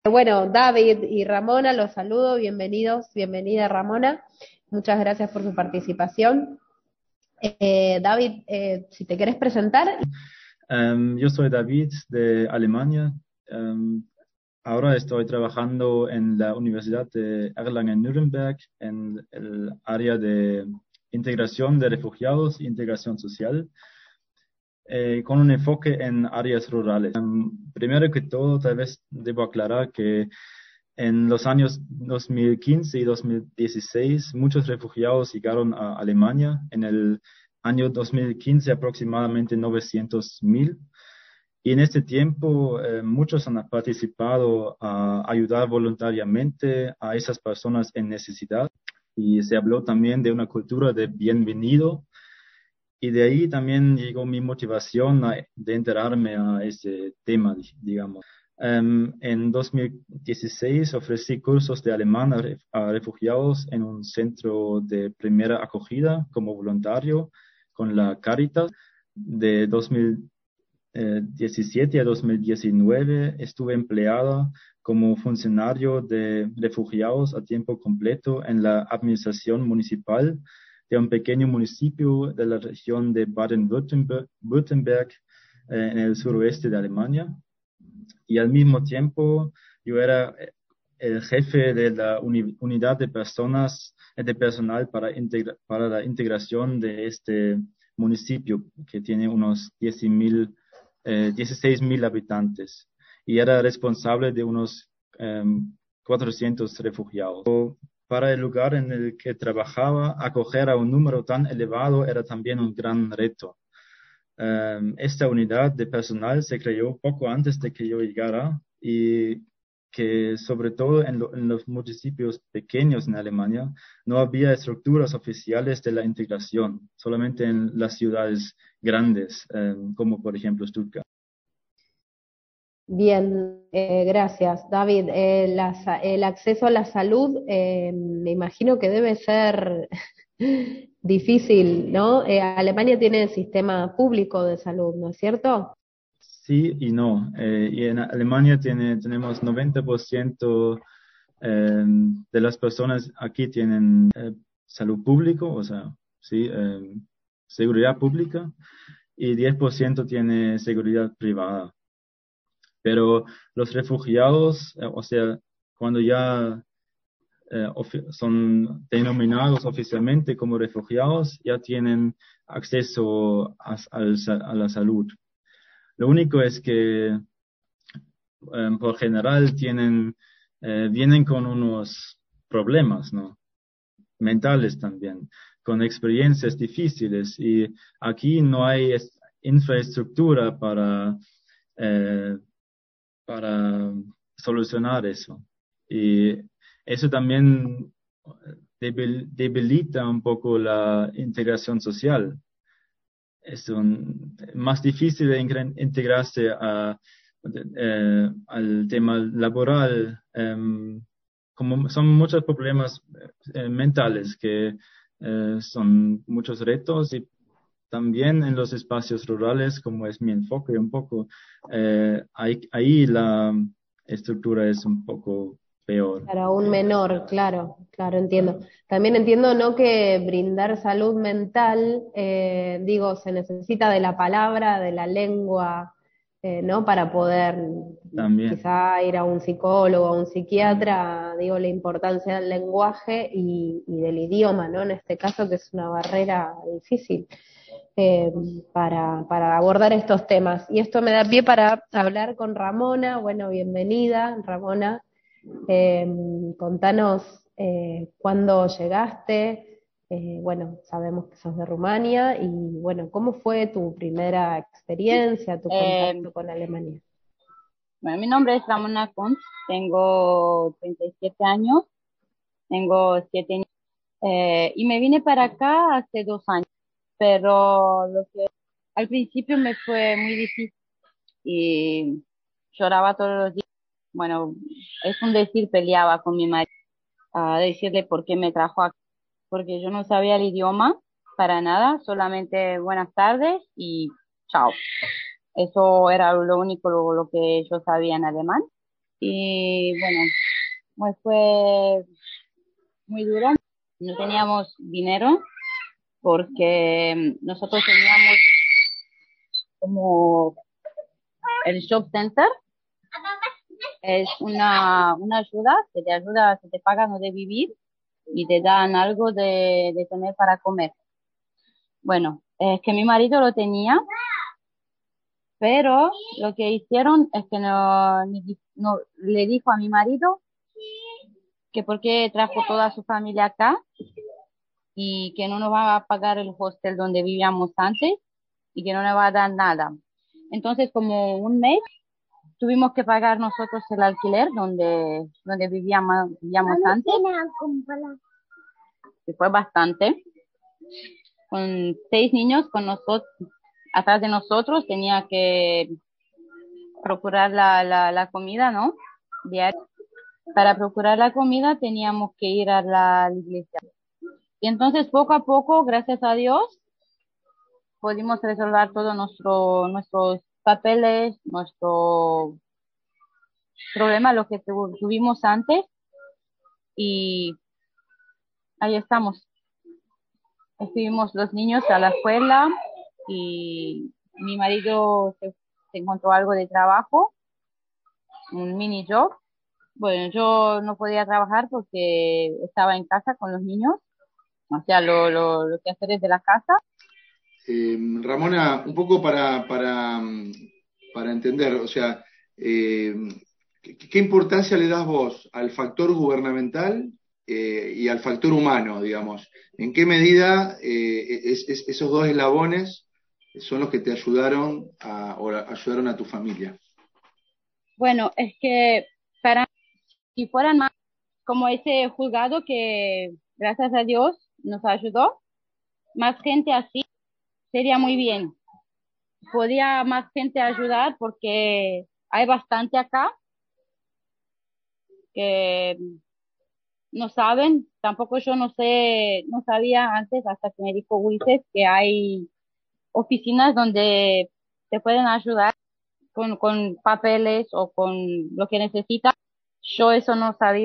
Bueno, David y Ramona, los saludo, bienvenidos, bienvenida Ramona, muchas gracias por su participación. David, si te quieres presentar. Yo soy David de Alemania. Ahora estoy trabajando en la Universidad de Erlangen-Nuremberg en el área de integración de refugiados e integración social, con un enfoque en áreas rurales. Primero que todo, tal vez debo aclarar que en los años 2015 y 2016, muchos refugiados llegaron a Alemania. En el año 2015, aproximadamente 900.000. Y en este tiempo, muchos han participado a ayudar voluntariamente a esas personas en necesidad. Y se habló también de una cultura de bienvenido. Y de ahí también llegó mi motivación de enterarme a ese tema, digamos. En 2016 ofrecí cursos de alemán a refugiados en un centro de primera acogida como voluntario con la Caritas. De 2017 a 2019 estuve empleada como funcionario de refugiados a tiempo completo en la administración municipal de un pequeño municipio de la región de Baden-Württemberg, en el suroeste de Alemania. Y al mismo tiempo yo era el jefe de la unidad de personal para la integración de este municipio que tiene unos 16.000 habitantes, y era responsable de unos 400 refugiados. Para el lugar en el que trabajaba, acoger a un número tan elevado era también un gran reto. Esta unidad de personal se creó poco antes de que yo llegara, y que sobre todo en los municipios pequeños en Alemania no había estructuras oficiales de la integración, solamente en las ciudades grandes, como por ejemplo Stuttgart. Bien, gracias, David. El acceso a la salud, me imagino que debe ser difícil, ¿no? Alemania tiene el sistema público de salud, ¿no es cierto? Sí y no. Y en Alemania tenemos 90% de las personas aquí tienen salud público, o sea, sí, seguridad pública, y 10% tiene seguridad privada. Pero los refugiados, o sea, cuando ya son denominados oficialmente como refugiados, ya tienen acceso a la salud. Lo único es que por general vienen con unos problemas, ¿no? Mentales también, con experiencias difíciles, y aquí no hay infraestructura eh, para solucionar eso. Y eso también debilita un poco la integración social. Es más difícil de integrarse al tema laboral, como son muchos problemas mentales que son muchos retos. Y también en los espacios rurales, como es mi enfoque un poco, ahí la estructura es un poco peor. Para un menor, claro, claro, entiendo. También entiendo, ¿no?, que brindar salud mental, digo, se necesita de la palabra, de la lengua, ¿no? Para poder También. quizá ir a un psicólogo, a un psiquiatra, digo, la importancia del lenguaje y del idioma, ¿no? En este caso, que es una barrera difícil eh, para abordar estos temas. Y esto me da pie para hablar con Ramona. Bueno, bienvenida, Ramona. Eh, Contanos cuándo llegaste. Bueno, sabemos que sos de Rumania y bueno, ¿cómo fue tu primera experiencia, tu Eh, contacto con Alemania? bueno, mi nombre es Ramona Kuntz, tengo 37 años, tengo 7 niños, y me vine para acá hace 2 años, pero lo que al principio me fue muy difícil y lloraba todos los días. Bueno, es un decir, peleaba con mi marido a decirle por qué me trajo acá, porque yo no sabía el idioma para nada, solamente buenas tardes y chao. Eso era lo único lo que yo sabía en alemán. y bueno, pues fue muy duro. No teníamos dinero porque nosotros teníamos como el shop center, es una ayuda que te ayuda, que te pagan de vivir y te dan algo de tener para comer. Bueno, es que mi marido lo tenía, pero lo que hicieron es que no le dijo a mi marido que por qué trajo toda su familia acá y que no nos va a pagar el hostel donde vivíamos antes y que no nos va a dar nada. Entonces, como un mes, tuvimos que pagar nosotros el alquiler donde vivíamos antes, que fue bastante. Con 6 niños con nosotros, atrás de nosotros, tenía que procurar la comida, ¿no? Diaria. Para procurar la comida teníamos que ir a la iglesia. Y entonces, poco a poco, gracias a Dios, pudimos resolver todos nuestros papeles, nuestro problema, lo que tuvimos antes, y ahí estamos. Estuvimos los niños a la escuela y mi marido se encontró algo de trabajo, un mini job. Bueno, yo no podía trabajar porque estaba en casa con los niños, o sea, lo que hacer es de la casa. Ramona, un poco para entender, o sea, ¿qué importancia le das vos al factor gubernamental y al factor humano, digamos? ¿En qué medida esos dos eslabones son los que te ayudaron o ayudaron a tu familia? Bueno, es que para si fueran más como ese juzgado que gracias a Dios nos ayudó, más gente así sería muy bien. Podía más gente ayudar porque hay bastante acá que no saben, tampoco yo no sé, no sabía antes hasta que me dijo Ulises que hay oficinas donde te pueden ayudar con papeles o con lo que necesitas. Yo eso no sabía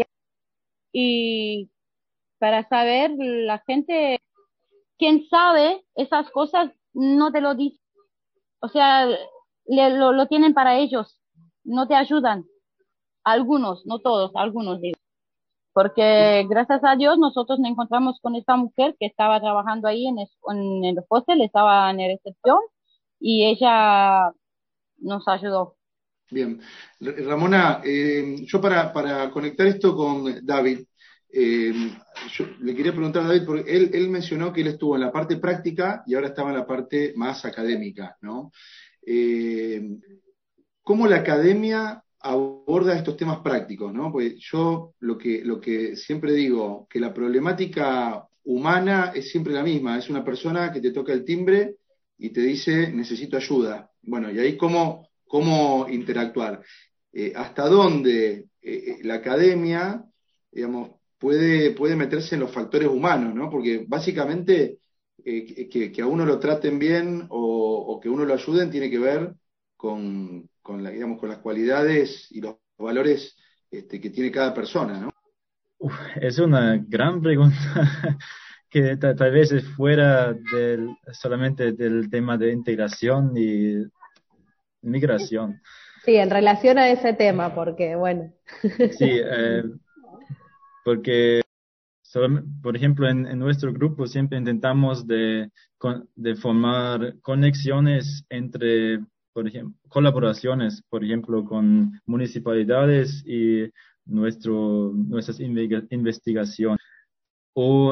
y para saber la gente, quien sabe esas cosas no te lo dice, o sea, lo tienen para ellos, no te ayudan, algunos, no todos, algunos digo. Porque gracias a Dios nosotros nos encontramos con esta mujer que estaba trabajando ahí en el hostel, estaba en la recepción y ella nos ayudó. Bien. Ramona, yo para conectar esto con David, eh, yo le quería preguntar a David, porque él mencionó que él estuvo en la parte práctica y ahora estaba en la parte más académica, ¿no? Eh, ¿Cómo la academia aborda estos temas prácticos, ¿no? Pues yo lo que siempre digo, que la problemática humana es siempre la misma, es una persona que te toca el timbre y te dice necesito ayuda. Bueno, y ahí cómo interactuar. ¿Hasta dónde la academia, digamos, puede meterse en los factores humanos, ¿no? Porque básicamente que a uno lo traten bien o que uno lo ayuden tiene que ver digamos, con las cualidades y los valores que tiene cada persona, ¿no? Es una gran pregunta que tal vez es fuera solamente del tema de integración y migración. Sí, en relación a ese tema, porque bueno. Sí, porque, por ejemplo, en nuestro grupo siempre intentamos de formar conexiones entre, por ejemplo, colaboraciones, por ejemplo, con municipalidades y nuestras investigaciones. O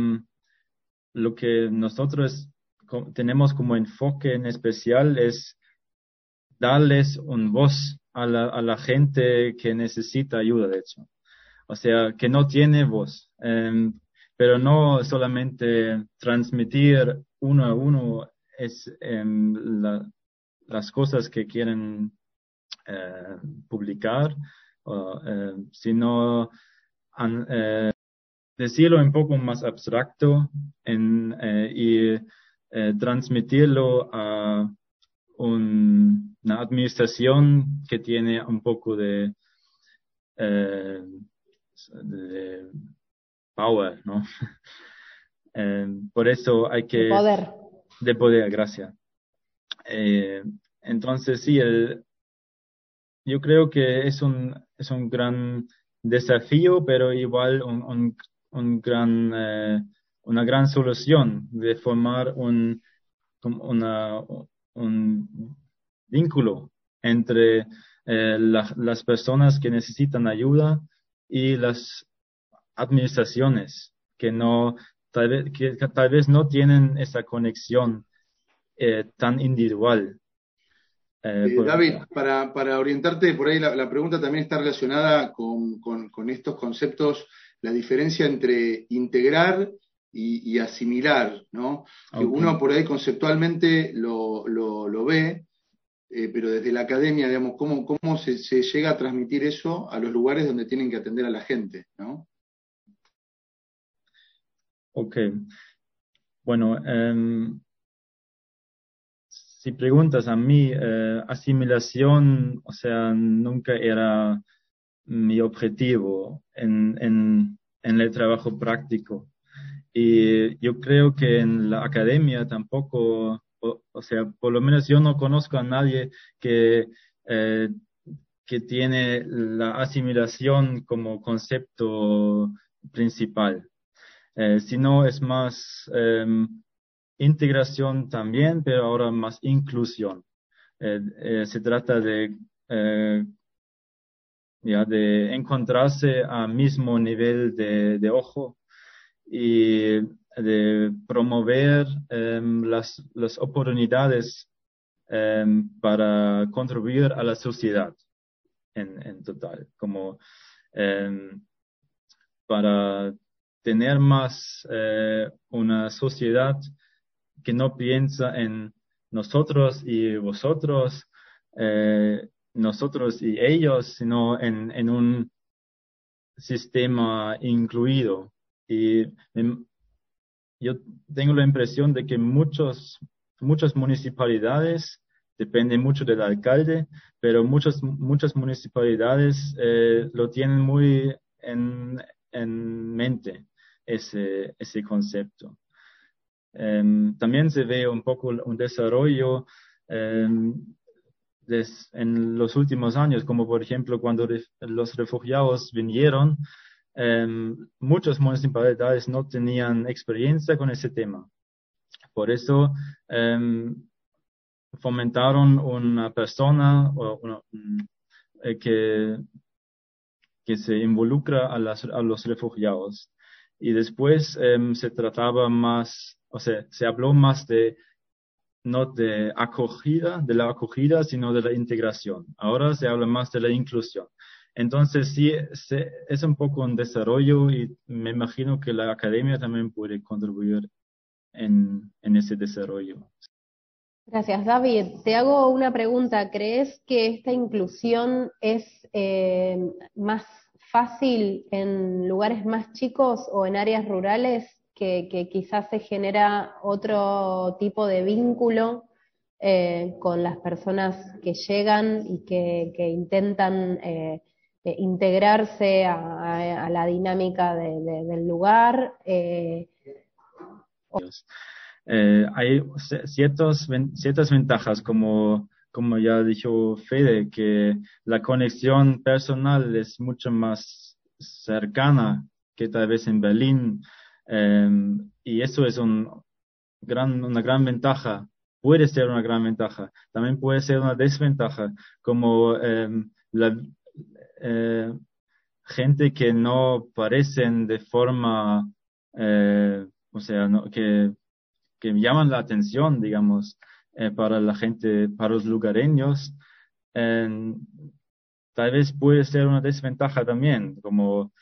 lo que nosotros tenemos como enfoque en especial es darles un voz a la gente que necesita ayuda, de hecho. O sea, que no tiene voz. Pero no solamente transmitir uno a uno es las cosas que quieren publicar, sino decirlo un poco más abstracto y transmitirlo a una administración que tiene un poco eh, de power, ¿no? Por eso hay De que... poder. De poder, gracias. Entonces, sí, yo creo que es un gran desafío, pero igual una gran solución de formar un vínculo entre las personas que necesitan ayuda y las administraciones que tal vez no tienen esa conexión tan individual. David, para orientarte, por ahí la pregunta también está relacionada con estos conceptos, la diferencia entre integrar y asimilar, ¿no? Que Okay. uno por ahí conceptualmente lo ve, pero desde la academia, digamos, ¿cómo se llega a transmitir eso a los lugares donde tienen que atender a la gente, ¿no? Ok. Bueno, si preguntas a mí, asimilación, o sea, nunca era mi objetivo en el trabajo práctico. Y yo creo que en la academia tampoco, o sea, por lo menos yo no conozco a nadie eh, que tiene la asimilación como concepto principal. Sino es más integración también, pero ahora más inclusión. Se trata eh, de encontrarse al mismo nivel de ojo y de promover las oportunidades para contribuir a la sociedad en total, como para tener más una sociedad que no piensa en nosotros y vosotros, nosotros y ellos, sino en un sistema incluido. Y yo tengo la impresión de que muchas municipalidades, depende mucho del alcalde, pero muchas municipalidades lo tienen muy en mente, ese concepto. También se ve un poco un desarrollo en los últimos años, como por ejemplo cuando los refugiados vinieron, muchas municipalidades no tenían experiencia con ese tema. Por eso fomentaron una persona que se involucra a los refugiados. Y después se trataba más, o sea, se habló más no de la acogida, sino de la integración. Ahora se habla más de la inclusión. Entonces, sí, es un poco un desarrollo y me imagino que la academia también puede contribuir en ese desarrollo. Gracias, David. Te hago una pregunta. ¿Crees que esta inclusión es más fácil en lugares más chicos o en áreas rurales que quizás se genera otro tipo de vínculo con las personas que llegan y que intentan integrarse a la dinámica del lugar? Hay ciertas ventajas, como ya dijo Fede, que la conexión personal es mucho más cercana que tal vez en Berlín, y eso es una gran ventaja. Puede ser una gran ventaja. También puede ser una desventaja, como la eh, gente que no parecen de forma, o sea, que llaman la atención, digamos, para la gente, para los lugareños, eh, tal vez puede ser una desventaja también, como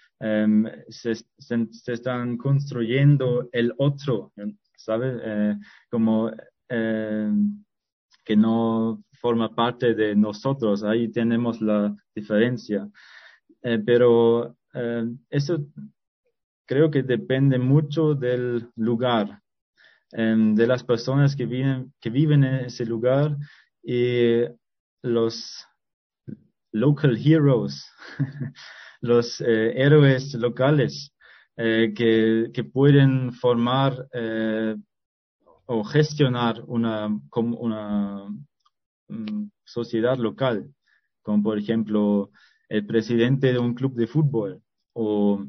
se están construyendo el otro, ¿sabes? Como eh, que no forma parte de nosotros, ahí tenemos la diferencia. Pero eso creo que depende mucho del lugar, de las personas que viven en ese lugar y los local heroes los héroes locales que pueden formar o gestionar una sociedad local, como por ejemplo el presidente de un club de fútbol o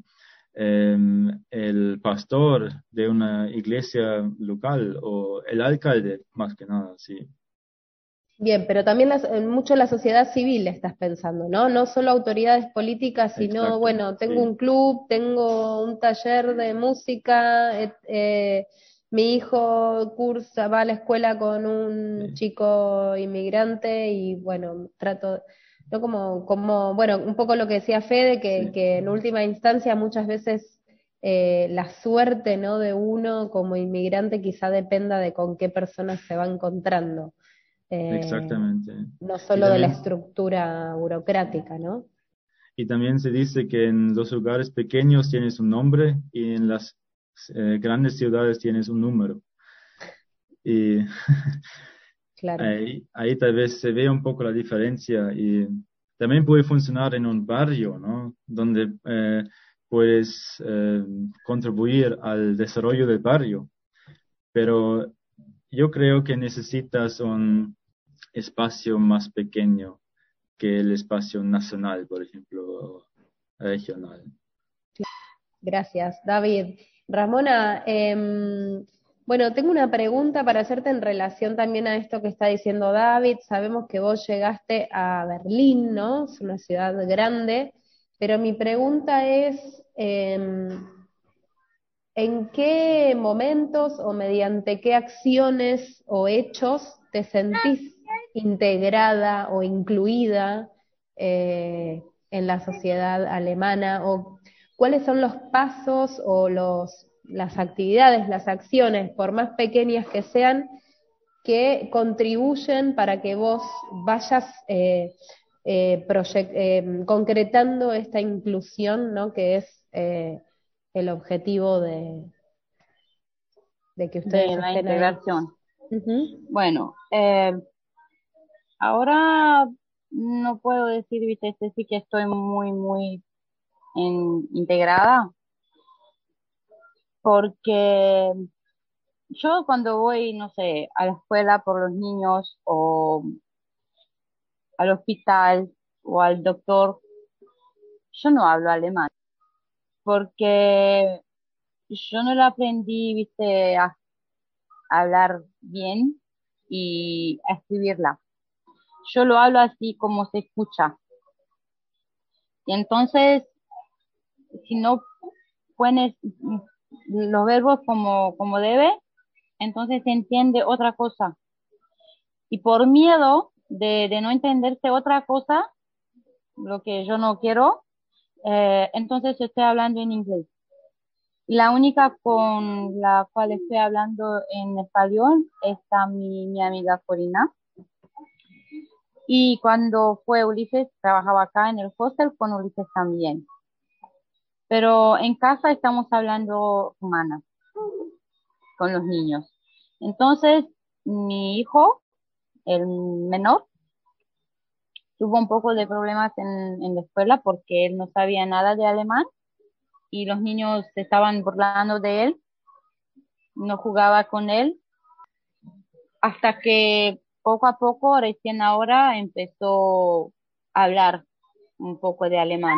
el pastor de una iglesia local o el alcalde, más que nada, sí. Bien, pero también mucho la sociedad civil estás pensando, ¿no? No solo autoridades políticas, sino, Exacto, bueno, tengo sí. un club, tengo un taller de música, mi hijo va a la escuela con un Sí. chico inmigrante y, bueno, trato, ¿no? Bueno, un poco lo que decía Fede, Sí. que en última instancia muchas veces la suerte, ¿no? de uno como inmigrante quizá dependa de con qué personas se va encontrando. Exactamente. No Y solo de la también, estructura burocrática, ¿no? y también se dice que en los lugares pequeños tienes un nombre y en las grandes ciudades tienes un número. Y Claro. ahí tal vez se ve un poco la diferencia y también puede funcionar en un barrio, ¿no? Donde puedes contribuir al desarrollo del barrio, pero yo creo que necesitas un espacio más pequeño que el espacio nacional, por ejemplo, o regional. Gracias, David. Ramona, bueno, tengo una pregunta para hacerte en relación también a esto que está diciendo David. Sabemos que vos llegaste a Berlín, ¿no? Es una ciudad grande, pero mi pregunta es, ¿en qué momentos o mediante qué acciones o hechos te sentís integrada o incluida en la sociedad alemana? ¿O cuáles son los pasos o las actividades, las acciones, por más pequeñas que sean, que contribuyen para que vos vayas concretando esta inclusión, ¿no? Que es el objetivo de que ustedes de la estén ahí? integración. Ujú. Bueno, ahora no puedo decir, viste, sí que estoy muy integrada, porque yo cuando voy, no sé, a la escuela por los niños o al hospital o al doctor, yo no hablo alemán, porque yo no lo aprendí, viste, a hablar bien y a escribirla. Yo lo hablo así como se escucha. Y entonces, si no pones los verbos como debe, entonces se entiende otra cosa. Y por miedo de no entenderse otra cosa, lo que yo no quiero, entonces estoy hablando en inglés. Y la única con la cual estoy hablando en español está mi amiga Corina. Y cuando fue Ulises, trabajaba acá en el hostel con Ulises también. Pero en casa estamos hablando humana con los niños. Entonces, mi hijo, el menor, tuvo un poco de problemas en la escuela porque él no sabía nada de alemán y los niños se estaban burlando de él, no jugaba con él, hasta que poco a poco, recién ahora, empezó a hablar un poco de alemán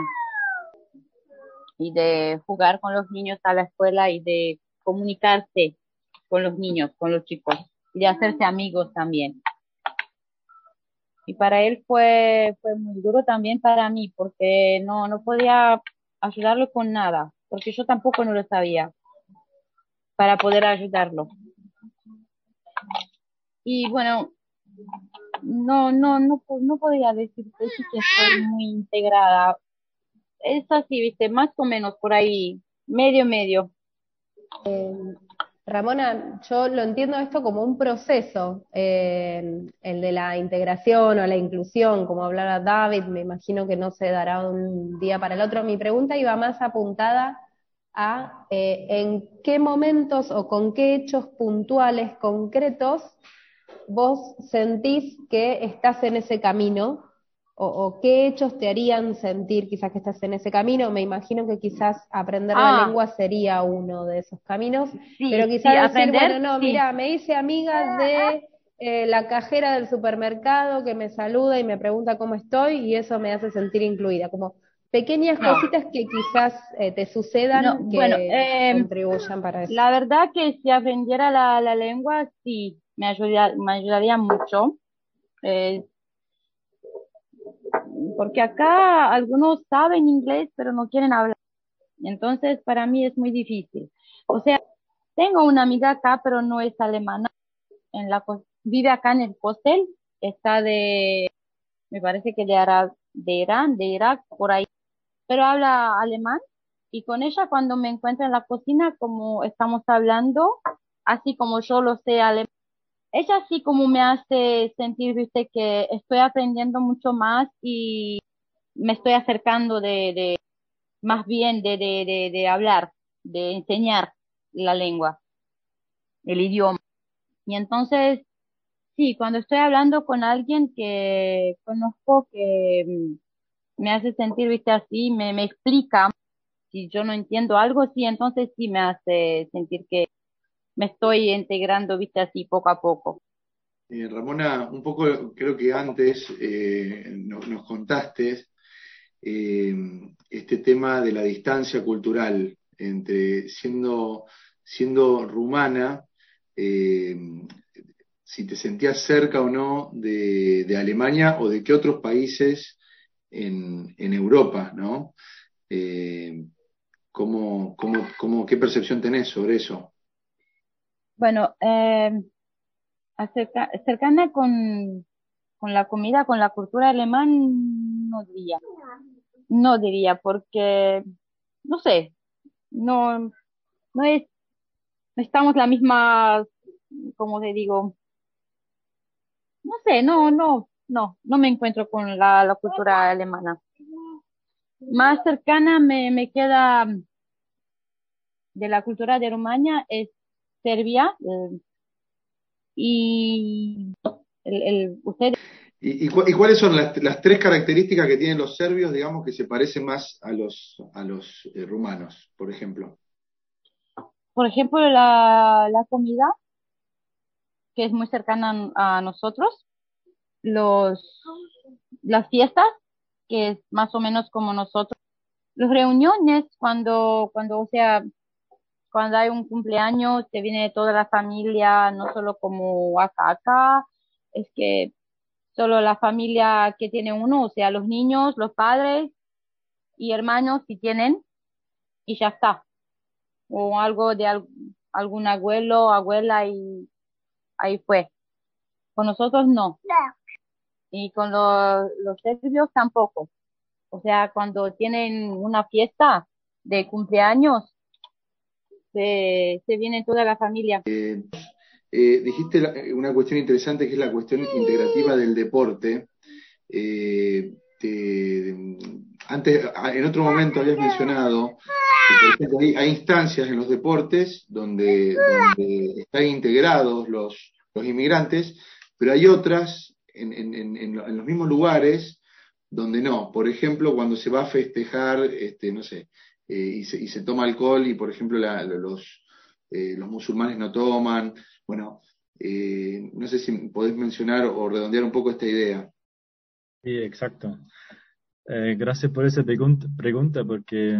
y de jugar con los niños a la escuela y de comunicarse con los niños, con los chicos, y de hacerse amigos también. Y para él fue muy duro también para mí, porque no podía ayudarlo con nada, porque yo tampoco no lo sabía para poder ayudarlo. Y bueno, no podía decirte sí que estoy muy integrada. Es así, viste, más o menos por ahí, medio. Ramona, yo lo entiendo esto como un proceso, el de la integración o la inclusión, como hablaba David, me imagino que no se dará un día para el otro. Mi pregunta iba más apuntada a en qué momentos o con qué hechos puntuales, concretos, vos sentís que estás en ese camino o qué hechos te harían sentir quizás que estás en ese camino. Me imagino que quizás aprender la Ah, lengua sería uno de esos caminos, pero sí, sí, quizás decir, bueno, aprender, no, sí. mira, me hice amiga de la cajera del supermercado que me saluda y me pregunta cómo estoy y eso me hace sentir incluida, como pequeñas No, cositas que quizás te no, sucedan bueno, que contribuyan para eso. la verdad que si aprendiera la lengua, sí, me ayudaría mucho. Eh, Porque acá algunos saben inglés, pero no quieren hablar. Entonces, para mí es muy difícil. O sea, tengo una amiga acá, pero no es alemana. Vive acá en el hostel. Está me parece que de Irán, de Irak, por ahí. Pero habla alemán. Y con ella, cuando me encuentro en la cocina, como estamos hablando, así como yo lo sé alemán, ella sí como me hace sentir, viste, que estoy aprendiendo mucho más y me estoy acercando más bien de hablar, de enseñar la lengua, el idioma. Y entonces, sí, cuando estoy hablando con alguien que conozco que me hace sentir, viste, así, me explica, si yo no entiendo algo, sí, entonces sí me hace sentir que me estoy integrando, viste, así poco a poco. Ramona, un poco creo que antes nos contaste eh, este tema de la distancia cultural entre siendo rumana, eh, si te sentías cerca o no de Alemania o de qué otros países en Europa, ¿no? Eh, ¿qué percepción tenés sobre eso? Bueno, cercana con la comida, con la cultura alemán, no diría, porque, no sé, no, no es, no estamos la misma, como te digo, no sé, no me encuentro con la cultura alemana. Más cercana me queda de la cultura de Rumania es Serbia, y ustedes, ¿Y cuáles son las tres características que tienen los serbios, digamos, que se parecen más a los rumanos, por ejemplo? por ejemplo, la comida, que es muy cercana a nosotros, los, las fiestas, que es más o menos como nosotros, las reuniones, o sea, cuando hay un cumpleaños, te viene toda la familia, no solo como acá, es que solo la familia que tiene uno, o sea, los niños, los padres y hermanos si tienen, y ya está. O algo de algún abuelo, abuela y ahí fue. Con nosotros no. Y con los serbios tampoco. O sea, cuando tienen una fiesta de cumpleaños, se viene toda la familia. Dijiste una cuestión interesante que es la cuestión integrativa del deporte. Antes, en otro momento habías mencionado que, por ejemplo, hay instancias en los deportes donde están integrados los inmigrantes, pero hay otras en los mismos lugares donde no. Por ejemplo, cuando se va a festejar, no sé, y se toma alcohol y, por ejemplo, los musulmanes no toman. Bueno, no sé si podés mencionar o redondear un poco esta idea. Sí, exacto. Gracias por esa pregunta porque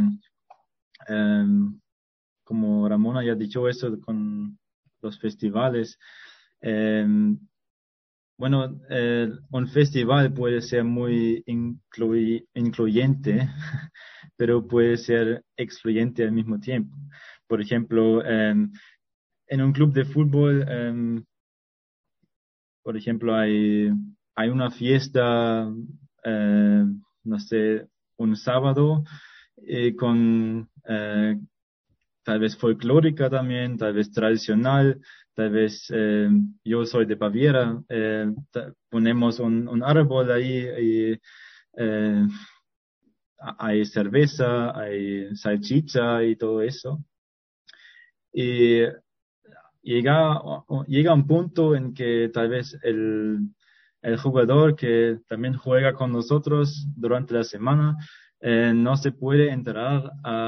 como Ramona ya ha dicho eso con los festivales, eh, bueno, un festival puede ser muy incluyente, pero puede ser excluyente al mismo tiempo. Por ejemplo, en un club de fútbol, por ejemplo, hay una fiesta, eh, no sé, un sábado con tal vez folclórica también, tal vez tradicional, tal vez yo soy de Baviera, ponemos un árbol ahí y eh, hay cerveza, hay salchicha y todo eso. Y llega un punto en que tal vez el jugador que también juega con nosotros durante la semana no se puede enterar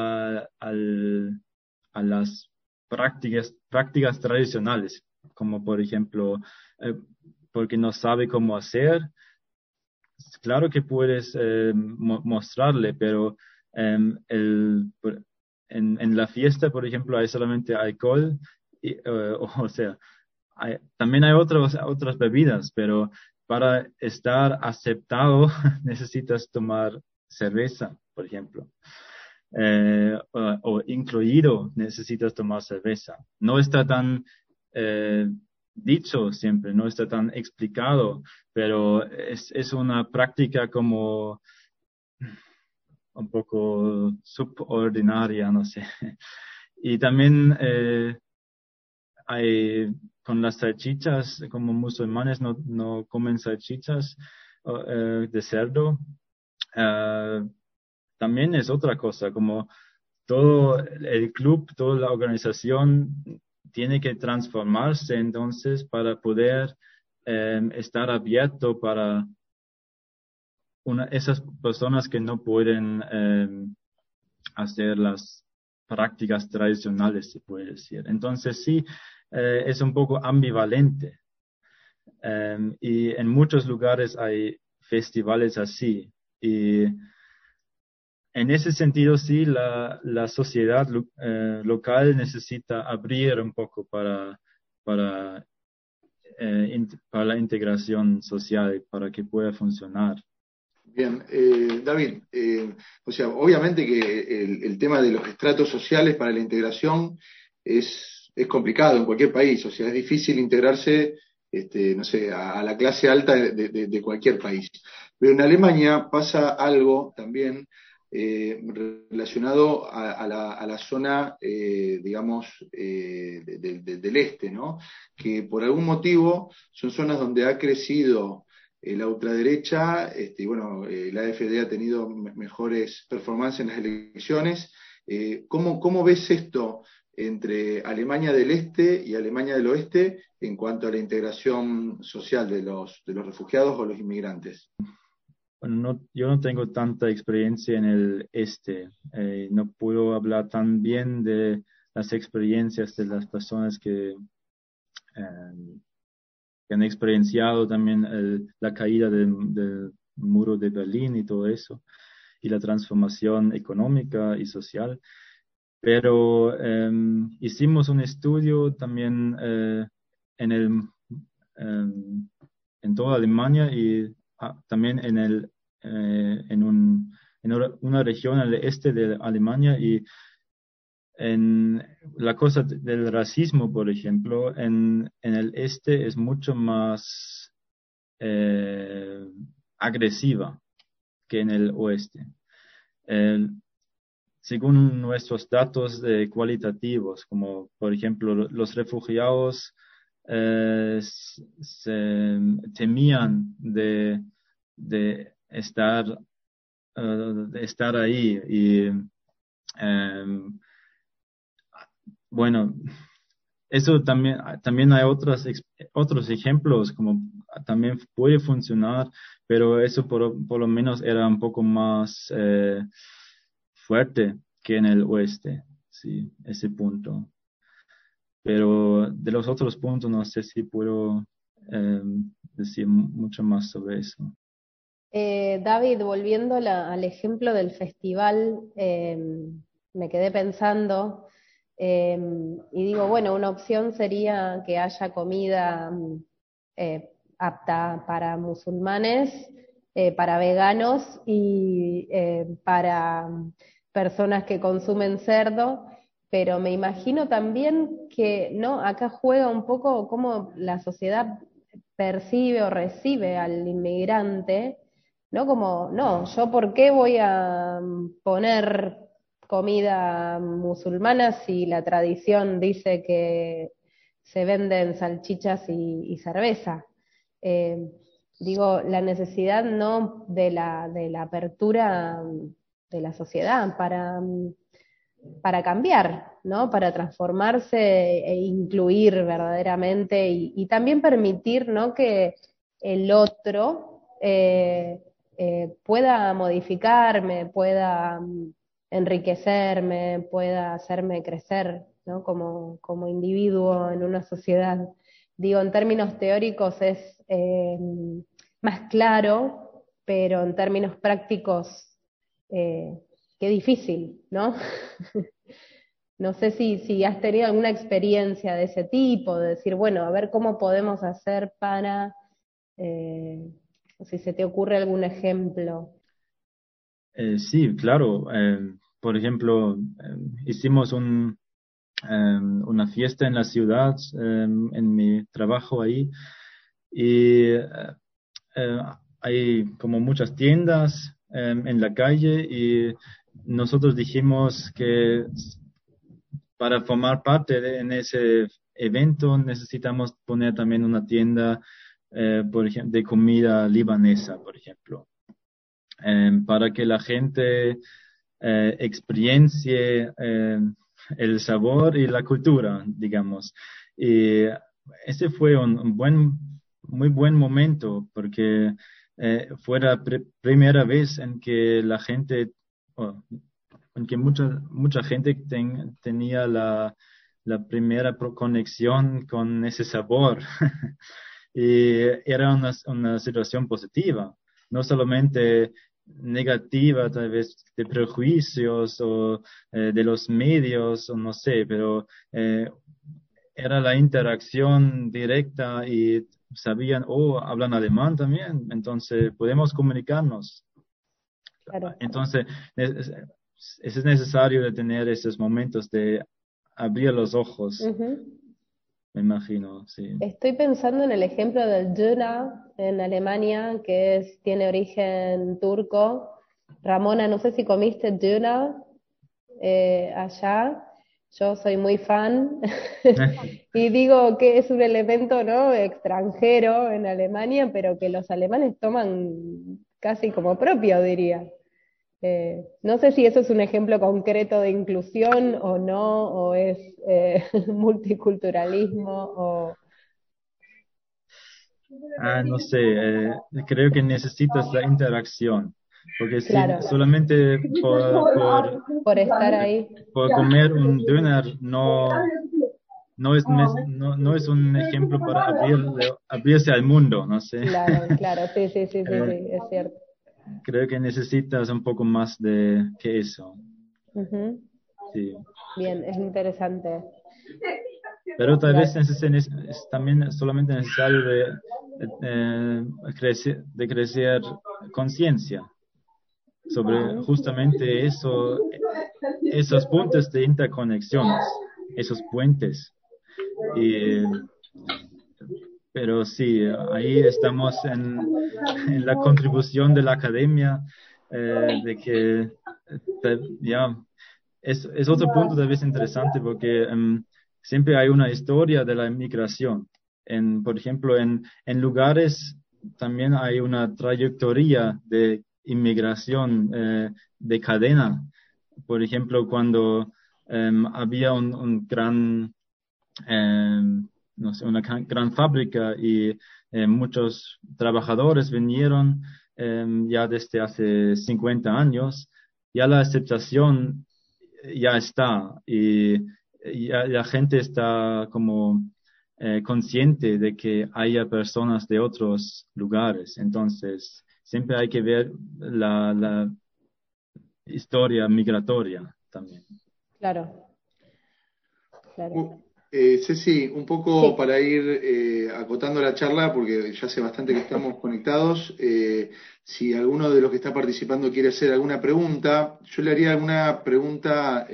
a las prácticas tradicionales, como por ejemplo, porque no sabe cómo hacer. Claro que puedes mostrarle, pero en la fiesta, por ejemplo, hay solamente alcohol, o sea, también hay otras bebidas, pero para estar aceptado necesitas tomar cerveza, por ejemplo. O incluido necesitas tomar cerveza. No está tan dicho siempre, no está tan explicado, pero es una práctica como un poco subordinaria, no sé. Y también con las salchichas, como musulmanes no comen salchichas de cerdo. También es otra cosa, como todo el club, toda la organización tiene que transformarse entonces para poder estar abierto para esas personas que no pueden hacer las prácticas tradicionales, se puede decir. Entonces sí, es un poco ambivalente. Y en muchos lugares hay festivales así. Y en ese sentido, sí, la sociedad local necesita abrir un poco para, para la integración social, para que pueda funcionar. Bien, David, o sea, obviamente que el tema de los estratos sociales para la integración es complicado en cualquier país, o sea, es difícil integrarse, no sé, a la clase alta de cualquier país. Pero en Alemania pasa algo también relacionado a la zona, digamos, del este, ¿no? Que por algún motivo son zonas donde ha crecido la ultraderecha, y bueno, la AfD ha tenido mejores performances en las elecciones. ¿Cómo ves esto entre Alemania del Este y Alemania del Oeste en cuanto a la integración social de los refugiados o los inmigrantes? Bueno, yo no tengo tanta experiencia en el este. No puedo hablar tan bien de las experiencias de las personas que han experienciado también la caída del muro de Berlín y todo eso, y la transformación económica y social. Pero hicimos un estudio también en en toda Alemania y también en una región al este de Alemania, y en la cosa del racismo, por ejemplo, en el este es mucho más agresiva que en el oeste. Según nuestros datos cualitativos, como por ejemplo los refugiados se temían de estar ahí, y bueno, eso también hay otros ejemplos, como también puede funcionar, pero eso por lo menos era un poco más fuerte que en el oeste, sí, ese punto. Pero de los otros puntos no sé si puedo decir mucho más sobre eso. David, volviendo al ejemplo del festival, me quedé pensando y digo, bueno, una opción sería que haya comida apta para musulmanes, para veganos y para personas que consumen cerdo, pero me imagino también que no, acá juega un poco cómo la sociedad percibe o recibe al inmigrante, ¿no? Como, no, yo por qué voy a poner comida musulmana si la tradición dice que se venden salchichas y cerveza. Eh, Digo, la necesidad no de la apertura de la sociedad para cambiar, ¿no? Para transformarse e incluir verdaderamente y también permitir, ¿no? Que el otro pueda modificarme, pueda enriquecerme, pueda hacerme crecer, ¿no? Como individuo en una sociedad. Digo, en términos teóricos es más claro, pero en términos prácticos, qué difícil, ¿no? No sé si has tenido alguna experiencia de ese tipo, de decir, bueno, a ver cómo podemos hacer para, o si se te ocurre algún ejemplo. Sí, claro. Por ejemplo, hicimos una fiesta en la ciudad, en mi trabajo ahí, y eh, hay como muchas tiendas en la calle y nosotros dijimos que para formar parte en ese evento necesitamos poner también una tienda, por ejemplo, de comida libanesa, por ejemplo, para que la gente experiencie el sabor y la cultura, digamos. Y ese fue un muy buen momento porque fue la primera vez en que la gente, oh, en que mucha gente tenía la primera conexión con ese sabor. Y era una situación positiva, no solamente negativa, tal vez de prejuicios o de los medios, o no sé, pero era la interacción directa y sabían, oh, hablan alemán también, entonces podemos comunicarnos. Claro. Entonces, es necesario de tener esos momentos de abrir los ojos, me imagino, sí. Estoy pensando en el ejemplo del Döner en Alemania, que tiene origen turco. Ramona, no sé si comiste Döner allá. Yo soy muy fan y digo que es un elemento, ¿no?, extranjero en Alemania, pero que los alemanes toman casi como propio, diría. No sé si eso es un ejemplo concreto de inclusión o no, o es multiculturalismo, o... No sé, creo que necesitas la interacción, porque si Claro, solamente por estar ahí. por comer un döner no es un ejemplo para abrirse al mundo, no sé. Claro, claro, sí, sí, sí, sí, Eh, sí, es cierto. creo que necesitas un poco más de que eso, Ujú. sí. Bien, es interesante. Pero tal vez Claro. es también solamente necesario de crecer conciencia sobre Ujú. justamente eso, esos puntos de interconexiones, esos puentes. Y, pero sí, ahí estamos en la contribución de la academia, de que ya es otro punto tal vez interesante porque siempre hay una historia de la inmigración. Por ejemplo, en lugares también hay una trayectoria de inmigración de cadena. Por ejemplo, cuando había un gran, no sé, una gran fábrica y muchos trabajadores vinieron ya desde hace 50 años, ya la aceptación ya está y ya la gente está como consciente de que haya personas de otros lugares. Entonces, siempre hay que ver la historia migratoria también. Claro, claro. Ceci, un poco Sí. para ir acotando la charla, porque ya hace bastante que estamos conectados, si alguno de los que está participando quiere hacer alguna pregunta, yo le haría alguna pregunta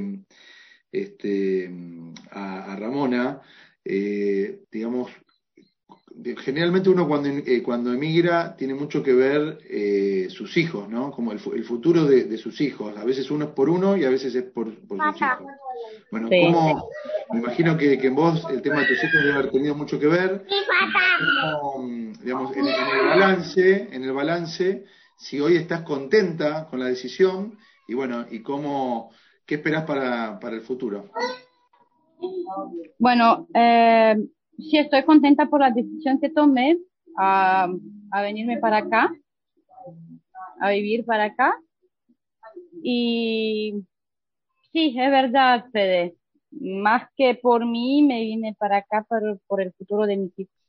este, a Ramona, digamos, generalmente uno cuando emigra tiene mucho que ver sus hijos, ¿no? Como el futuro de sus hijos. A veces uno es por uno y a veces es por sus hijos. Bueno, Sí. me imagino que en vos el tema de tus hijos debe haber tenido mucho que ver. Cómo, digamos, en el balance, si hoy estás contenta con la decisión y bueno, qué esperás para el futuro. Bueno, sí estoy contenta por la decisión que tomé, a, a venirme para acá, a vivir para acá. Y sí, es verdad, Fede. Más que por mí, me vine para acá por el futuro de mis hijos.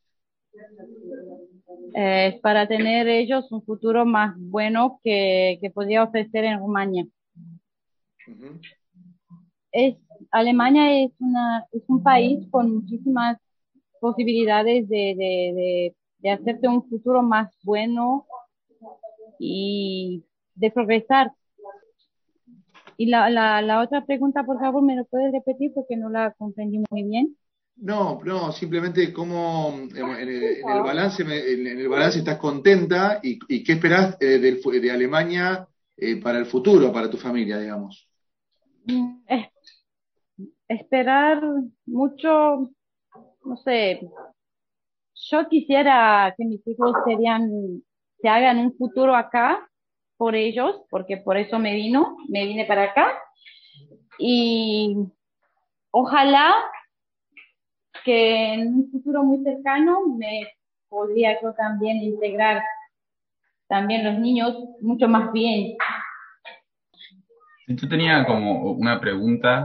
Es para tener ellos un futuro más bueno que podría ofrecer en Rumania. Ujú. Es, Alemania es un país con muchísimas posibilidades de hacerte un futuro más bueno y de progresar. Y la otra pregunta, por favor, ¿me lo puedes repetir? Porque no la comprendí muy bien. No, no, simplemente cómo en el balance, en el balance estás contenta y qué esperás de Alemania para el futuro, para tu familia, digamos. Es- Esperar mucho, no sé, yo quisiera que mis hijos se hagan un futuro acá por ellos, porque por eso me vine para acá. Y ojalá que en un futuro muy cercano me podría yo también integrar también los niños mucho más bien. Yo tenía como una pregunta,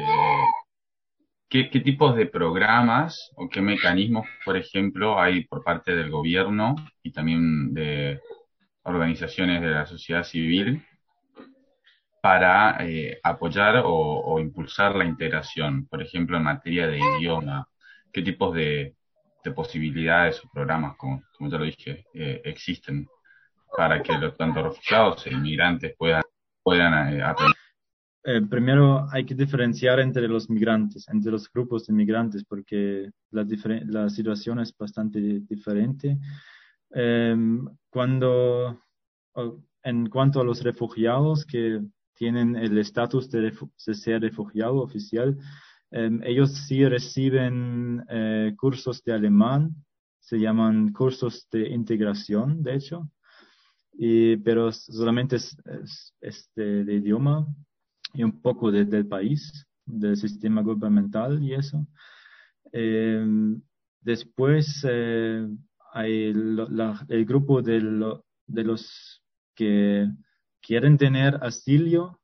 ¿qué tipos de programas o qué mecanismos, por ejemplo, hay por parte del gobierno y también de organizaciones de la sociedad civil para apoyar o impulsar la integración, por ejemplo, en materia de idioma? ¿Qué tipos de posibilidades o programas, como ya lo dije, existen para que tanto refugiados e inmigrantes puedan aprender? Primero hay que diferenciar entre los migrantes, entre los grupos de migrantes, porque la situación es bastante diferente. Cuando, en cuanto a los refugiados que tienen el estatus de ser refugiado oficial, ellos sí reciben cursos de alemán, se llaman cursos de integración, de hecho, pero solamente es de idioma y un poco del país, del sistema gubernamental y eso. Eh, Después hay el grupo de los que quieren tener asilo.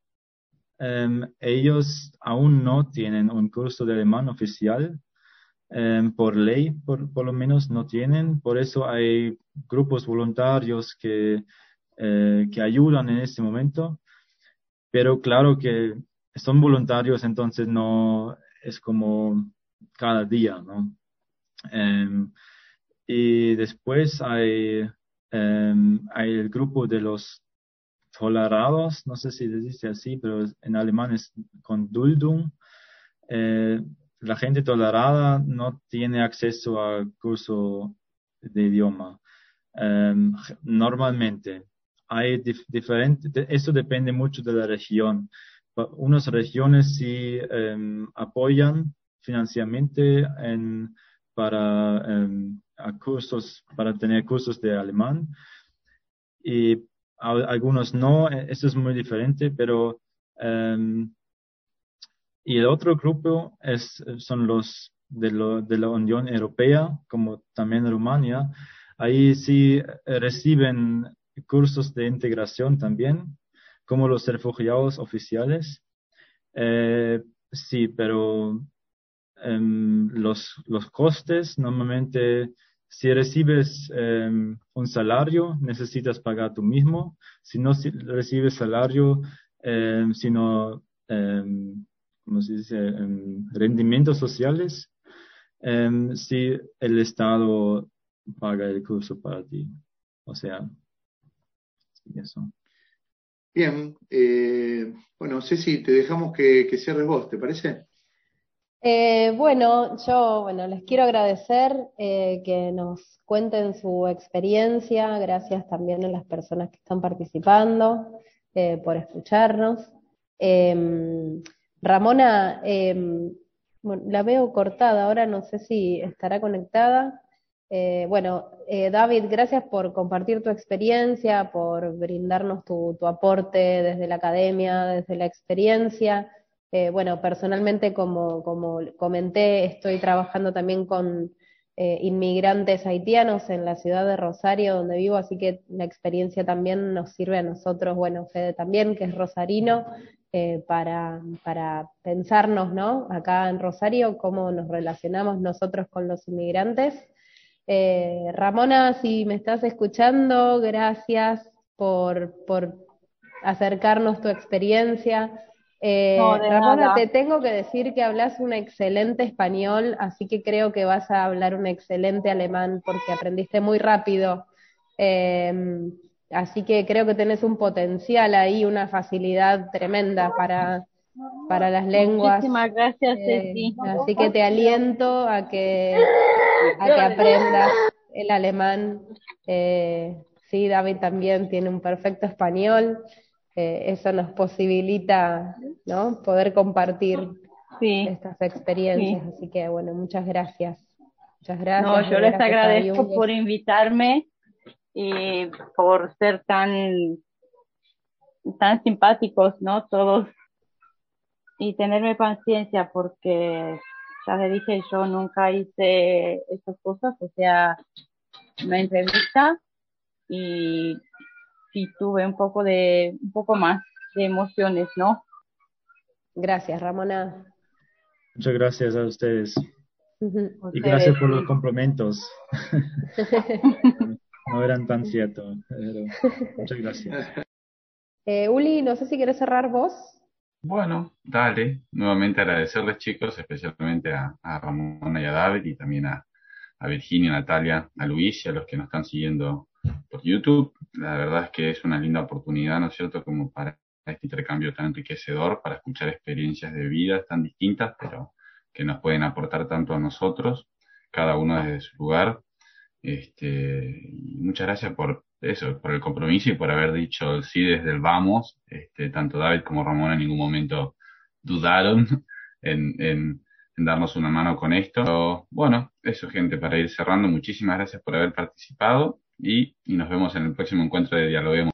Ellos aún no tienen un curso de alemán oficial. Por ley, por lo menos no tienen. Por eso hay grupos voluntarios que ayudan en este momento. Pero claro que son voluntarios, entonces no es como cada día, ¿no? Em, y después hay el grupo de los tolerados, no sé si se dice así, pero en alemán es con Duldung. Eh, la gente tolerada no tiene acceso a curso de idioma. Normalmente hay eso depende mucho de la región. Unas regiones sí apoyan financieramente para tener cursos de alemán y algunos no. Eso es muy diferente, pero y el otro grupo son los de la Unión Europea, como también Rumania. Ahí sí reciben cursos de integración también, como los refugiados oficiales. Sí, pero los costes normalmente, si recibes un salario, necesitas pagar tú mismo. Si no recibes salario, sino, ¿cómo se dice? Rendimientos sociales, si el Estado paga el curso para ti. O sea, eso. Bien, bueno, Ceci, te dejamos que cierres vos, ¿te parece? Bueno, les quiero agradecer que nos cuenten su experiencia, gracias también a las personas que están participando por escucharnos. Ramona, bueno, la veo cortada, ahora no sé si estará conectada. David, gracias por compartir tu experiencia, por brindarnos tu aporte desde la academia, desde la experiencia. Personalmente, como comenté, estoy trabajando también inmigrantes haitianos en la ciudad de Rosario, donde vivo, así que la experiencia también nos sirve a nosotros, bueno, Fede también, que es rosarino, para pensarnos, ¿no? Acá en Rosario, cómo nos relacionamos nosotros con los inmigrantes. Ramona, si me estás escuchando, gracias por acercarnos tu experiencia. No, de Ramona, nada. te tengo que decir que hablas un excelente español, así que creo que vas a hablar un excelente alemán porque aprendiste muy rápido. Eh, Así que creo que tenés un potencial ahí, una facilidad tremenda para las lenguas. Muchísimas gracias, Ceci. Así que te aliento a que aprendas el alemán. Sí, David también tiene un perfecto español. Eso nos posibilita, ¿no? Poder compartir Sí, estas sí. experiencias. Así que, bueno, muchas gracias. Muchas No, gracias. yo Y les gracias a agradezco Yungue. por invitarme y por ser tan simpáticos, ¿no? Todos, y tenerme paciencia porque ya les dije, yo nunca hice estas cosas, o sea, una entrevista, y sí tuve un poco más de emociones, ¿no? Gracias, Ramona. Muchas gracias a ustedes. Y Ustedes, gracias por los sí. complementos. No eran tan ciertos, pero muchas gracias. Uli, no sé si quieres cerrar vos. Bueno, dale. Nuevamente agradecerles, chicos, especialmente a Ramona y a David, y también a Virginia, a Natalia, a Luis y a los que nos están siguiendo por YouTube. La verdad es que es una linda oportunidad, ¿no es cierto?, como para este intercambio tan enriquecedor, para escuchar experiencias de vida tan distintas, pero que nos pueden aportar tanto a nosotros, cada uno desde su lugar. Y muchas gracias por eso, por el compromiso y por haber dicho sí desde el vamos. Tanto David como Ramón en ningún momento dudaron en darnos una mano con esto. Pero, bueno, eso, gente, para ir cerrando, muchísimas gracias por haber participado y nos vemos en el próximo encuentro de Dialoguemos.